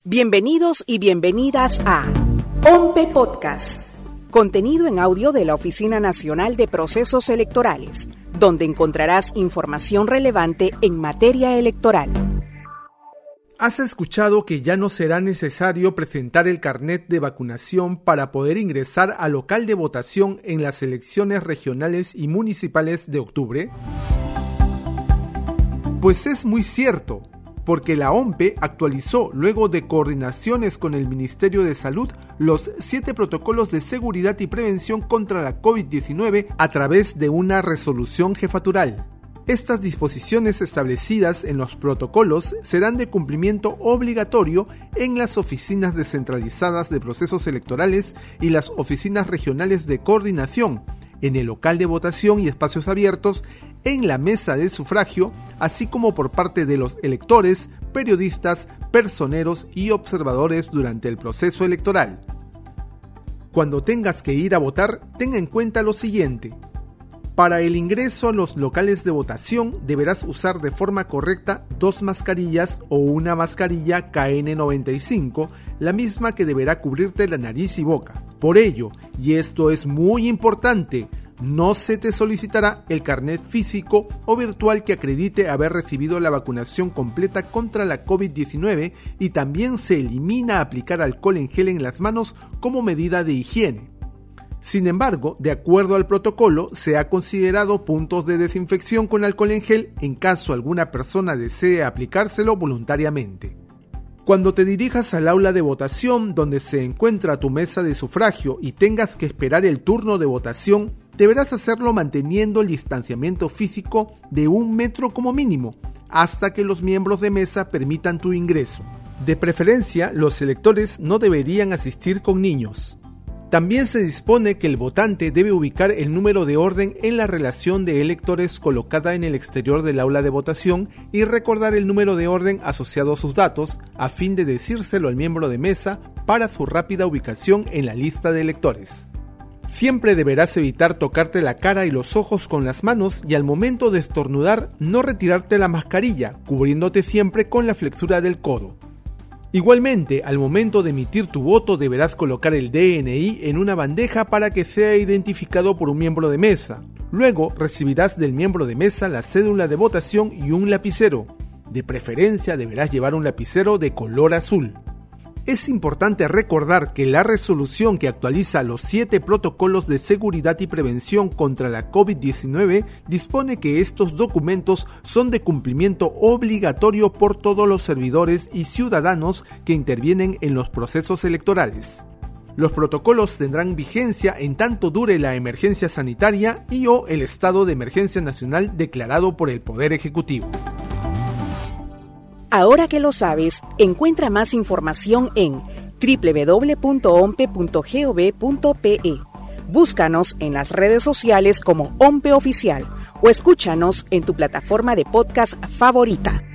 Bienvenidos y bienvenidas a OMPE Podcast, contenido en audio de la Oficina Nacional de Procesos Electorales, donde encontrarás información relevante en materia electoral. ¿Has escuchado que ya no será necesario presentar el carnet de vacunación para poder ingresar al local de votación en las elecciones regionales y municipales de octubre? Pues es muy cierto, porque la OMPE actualizó, luego de coordinaciones con el Ministerio de Salud, los 7 protocolos de seguridad y prevención contra la COVID-19 a través de una resolución jefatural. Estas disposiciones establecidas en los protocolos serán de cumplimiento obligatorio en las oficinas descentralizadas de procesos electorales y las oficinas regionales de coordinación, en el local de votación y espacios abiertos, en la mesa de sufragio, así como por parte de los electores, periodistas, personeros y observadores durante el proceso electoral. Cuando tengas que ir a votar, ten en cuenta lo siguiente. Para el ingreso a los locales de votación deberás usar de forma correcta 2 mascarillas o una mascarilla KN95, la misma que deberá cubrirte la nariz y boca. Por ello, y esto es muy importante, no se te solicitará el carnet físico o virtual que acredite haber recibido la vacunación completa contra la COVID-19 y también se elimina aplicar alcohol en gel en las manos como medida de higiene. Sin embargo, de acuerdo al protocolo, se ha considerado puntos de desinfección con alcohol en gel en caso alguna persona desee aplicárselo voluntariamente. Cuando te dirijas al aula de votación donde se encuentra tu mesa de sufragio y tengas que esperar el turno de votación, deberás hacerlo manteniendo el distanciamiento físico de 1 metro como mínimo, hasta que los miembros de mesa permitan tu ingreso. De preferencia, los electores no deberían asistir con niños. También se dispone que el votante debe ubicar el número de orden en la relación de electores colocada en el exterior del aula de votación y recordar el número de orden asociado a sus datos a fin de decírselo al miembro de mesa para su rápida ubicación en la lista de electores. Siempre deberás evitar tocarte la cara y los ojos con las manos y al momento de estornudar no retirarte la mascarilla, cubriéndote siempre con la flexura del codo. Igualmente, al momento de emitir tu voto deberás colocar el DNI en una bandeja para que sea identificado por un miembro de mesa. Luego recibirás del miembro de mesa la cédula de votación y un lapicero. De preferencia deberás llevar un lapicero de color azul. Es importante recordar que la resolución que actualiza los 7 protocolos de seguridad y prevención contra la COVID-19 dispone que estos documentos son de cumplimiento obligatorio por todos los servidores y ciudadanos que intervienen en los procesos electorales. Los protocolos tendrán vigencia en tanto dure la emergencia sanitaria y o el estado de emergencia nacional declarado por el Poder Ejecutivo. Ahora que lo sabes, encuentra más información en www.ompe.gov.pe. Búscanos en las redes sociales como OMPE Oficial o escúchanos en tu plataforma de podcast favorita.